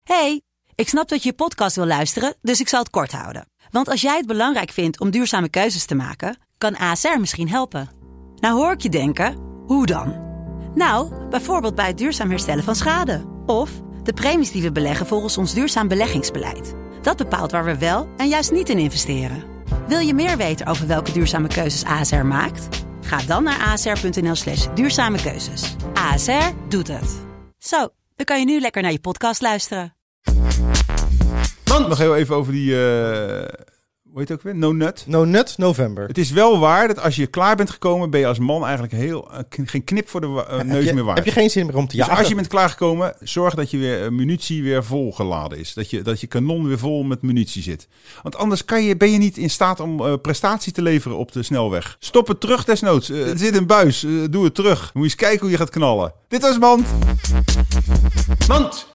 Hey, ik snap dat je je podcast wil luisteren, dus ik zal het kort houden. Want als jij het belangrijk vindt om duurzame keuzes te maken, kan ASR misschien helpen. Nou hoor ik je denken, hoe dan? Nou, bijvoorbeeld bij het duurzaam herstellen van schade. Of de premies die we beleggen volgens ons duurzaam beleggingsbeleid. Dat bepaalt waar we wel en juist niet in investeren. Wil je meer weten over welke duurzame keuzes ASR maakt? Ga dan naar asr.nl/duurzame keuzes. ASR doet het. Zo, dan kan je nu lekker naar je podcast luisteren. Nog heel even over die... hoe heet het ook weer? No Nut? No Nut November. Het is wel waar dat als je klaar bent gekomen, ben je als man eigenlijk geen knip voor de neus meer waard. Heb je geen zin meer om te jagen? Dus als je bent klaargekomen, zorg dat je weer munitie weer volgeladen is. Dat je kanon weer vol met munitie zit. Want anders ben je niet in staat om prestatie te leveren op de snelweg. Stop het terug desnoods. Er zit een buis. Doe het terug. Moet je eens kijken hoe je gaat knallen. Dit was Mand.